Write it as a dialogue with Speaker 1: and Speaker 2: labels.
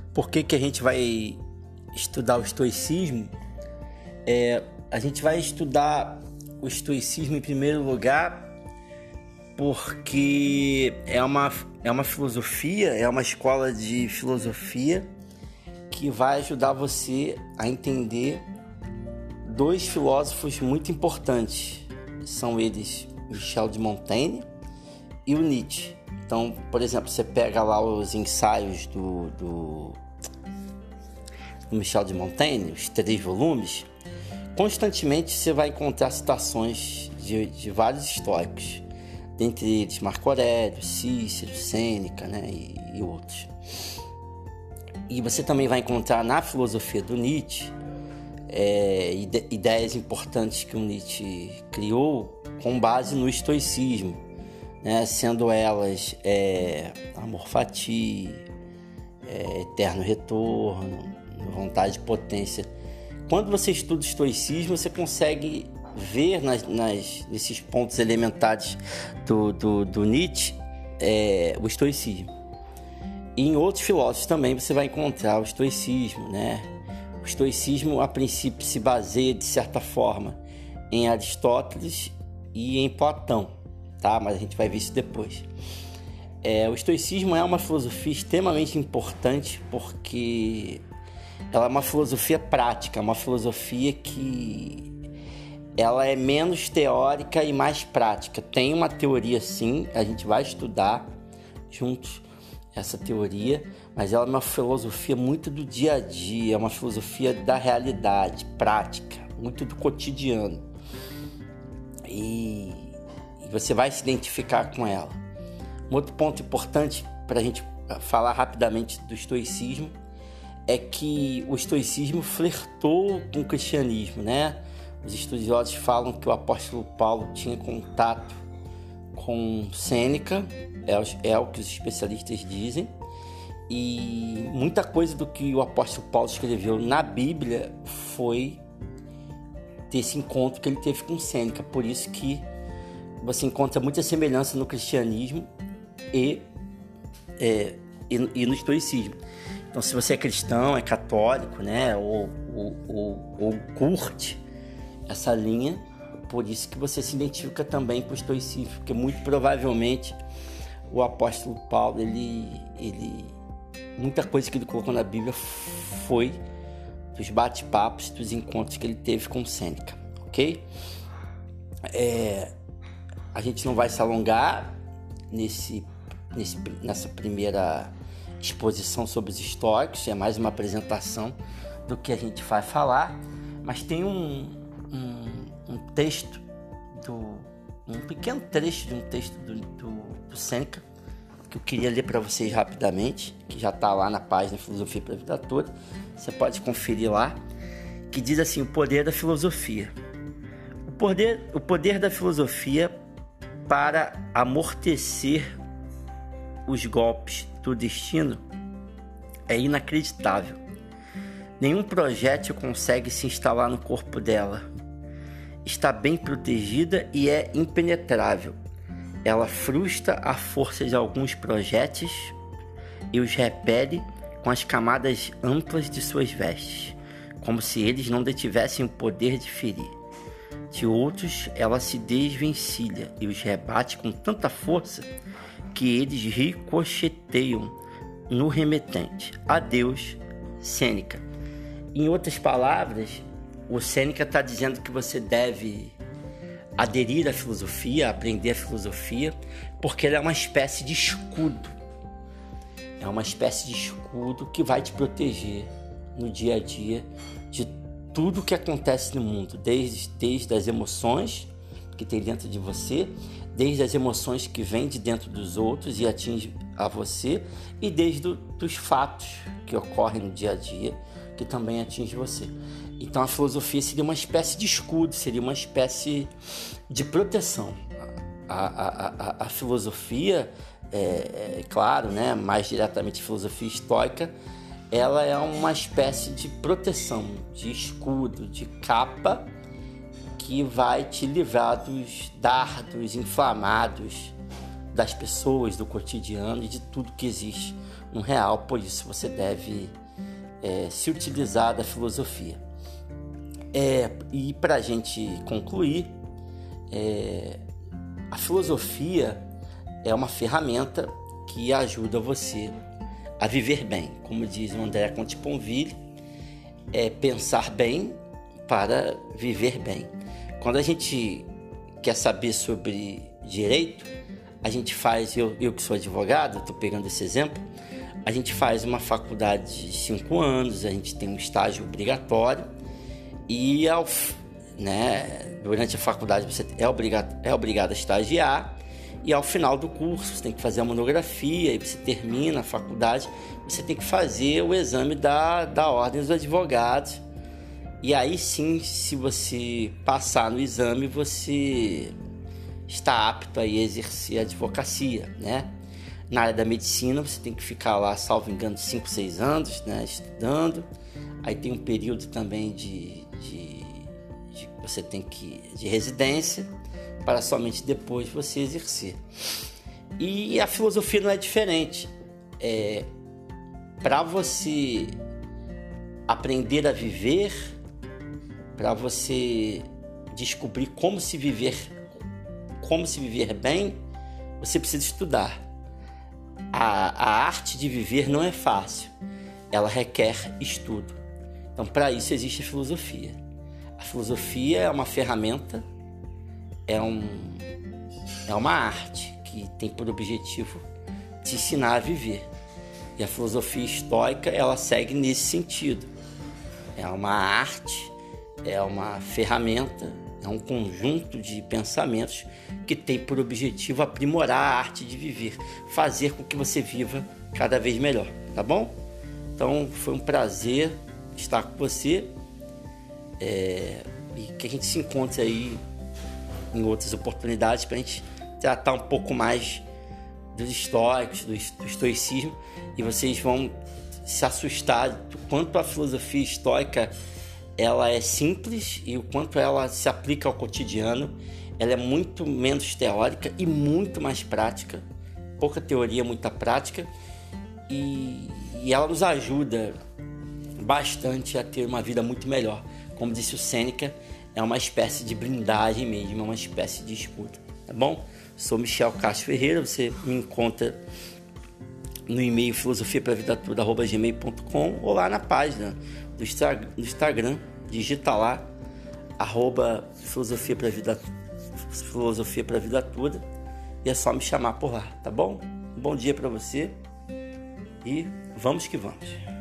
Speaker 1: Por que a gente vai estudar o estoicismo? A gente vai estudar o estoicismo em primeiro lugar porque é uma filosofia, é uma escola de filosofia que vai ajudar você a entender dois filósofos muito importantes. São eles Michel de Montaigne e o Nietzsche. Então, por exemplo, você pega lá os ensaios do Michel de Montaigne, os 3 volumes, constantemente você vai encontrar citações de vários históricos, dentre eles Marco Aurélio, Cícero, Sêneca, né, e outros. E você também vai encontrar na filosofia do Nietzsche ideias importantes que o Nietzsche criou com base no estoicismo, né, sendo elas amor fati, eterno retorno, vontade e potência. Quando você estuda o estoicismo, você consegue ver nesses pontos elementares do Nietzsche o estoicismo. E em outros filósofos também você vai encontrar o estoicismo, né? O estoicismo, a princípio, se baseia, de certa forma, em Aristóteles e em Platão, tá? Mas a gente vai ver isso depois. O estoicismo é uma filosofia extremamente importante porque ela é uma filosofia prática, uma filosofia que ela é menos teórica e mais prática. Tem uma teoria, sim, a gente vai estudar juntos essa teoria, mas ela é uma filosofia muito do dia a dia, é uma filosofia da realidade, prática, muito do cotidiano. E você vai se identificar com ela. Um outro ponto importante para a gente falar rapidamente do estoicismo é que o estoicismo flertou com o cristianismo, né? Os estudiosos falam que o apóstolo Paulo tinha contato com Sêneca, é o que os especialistas dizem, e muita coisa do que o apóstolo Paulo escreveu na Bíblia foi desse encontro que ele teve com Sêneca. Por isso que você encontra muita semelhança no cristianismo e no estoicismo. Então, se você é cristão, é católico, né, ou curte essa linha, por isso que você se identifica também com o estoicismo, porque muito provavelmente o apóstolo Paulo, muita coisa que ele colocou na Bíblia foi dos bate-papos, dos encontros que ele teve com Sêneca, ok? A gente não vai se alongar nessa primeira exposição sobre os estoicos, é mais uma apresentação do que a gente vai falar, mas tem um texto, um pequeno trecho de um texto do Sêneca, que eu queria ler para vocês rapidamente, que já está lá na página Filosofia para a Vida Toda, você pode conferir lá, que diz assim: o poder da filosofia. O poder da filosofia para amortecer os golpes do destino é inacreditável. Nenhum projétil consegue se instalar no corpo dela. Está bem protegida e é impenetrável. Ela frustra a força de alguns projéteis e os repele com as camadas amplas de suas vestes, como se eles não detivessem o poder de ferir. De outros, ela se desvencilha e os rebate com tanta força que eles ricocheteiam no remetente. Adeus, Sêneca. Em outras palavras, o Sêneca está dizendo que você deve aderir à filosofia, aprender a filosofia, porque ela é uma espécie de escudo. É uma espécie de escudo que vai te proteger no dia a dia de tudo que acontece no mundo, desde as emoções que tem dentro de você, desde as emoções que vêm de dentro dos outros e atingem a você, e desde os fatos que ocorrem no dia a dia, que também atingem você. Então a filosofia seria uma espécie de escudo, seria uma espécie de proteção. A filosofia, claro, né, mais diretamente a filosofia estoica, ela é uma espécie de proteção, de escudo, de capa que vai te livrar dos dardos inflamados das pessoas, do cotidiano e de tudo que existe no real. Por isso você deve se utilizar da filosofia. E para a gente concluir, a filosofia é uma ferramenta que ajuda você a viver bem. Como diz o André Comte Ponville, pensar bem para viver bem. Quando a gente quer saber sobre direito, a gente faz, eu que sou advogado, estou pegando esse exemplo, a gente faz uma faculdade de 5 anos, a gente tem um estágio obrigatório e durante a faculdade você é obrigado a estagiar, e ao final do curso você tem que fazer a monografia, e você termina a faculdade, você tem que fazer o exame da Ordem dos Advogados, e aí sim, se você passar no exame, você está apto a exercer a advocacia, né? Na área da medicina, você tem que ficar lá, salvo engano, 5, 6 anos, né, estudando. Aí tem um período também de residência, para somente depois você exercer. E a filosofia não é diferente. Para você aprender a viver, para você descobrir como se viver bem, você precisa estudar. A arte de viver não é fácil, ela requer estudo. Então, para isso existe a filosofia. A filosofia é uma ferramenta, é uma arte que tem por objetivo te ensinar a viver. E a filosofia estoica, ela segue nesse sentido. É uma arte, é uma ferramenta, é um conjunto de pensamentos que tem por objetivo aprimorar a arte de viver, fazer com que você viva cada vez melhor, tá bom? Então, foi um prazer estar com você, e que a gente se encontre aí em outras oportunidades para a gente tratar um pouco mais dos estoicos, do estoicismo, e vocês vão se assustar do quanto a filosofia estoica ela é simples e o quanto ela se aplica ao cotidiano. Ela é muito menos teórica e muito mais prática, pouca teoria, muita prática, e ela nos ajuda bastante a ter uma vida muito melhor. Como disse o Sêneca, é uma espécie de blindagem mesmo, é uma espécie de escudo, tá bom? Sou Michel Castro Ferreira, você me encontra no e-mail filosofiapravidatuda@gmail.com ou lá na página do Instagram, digita lá @filosofia pra vida toda, e é só me chamar por lá, tá bom? Um bom dia para você e vamos que vamos.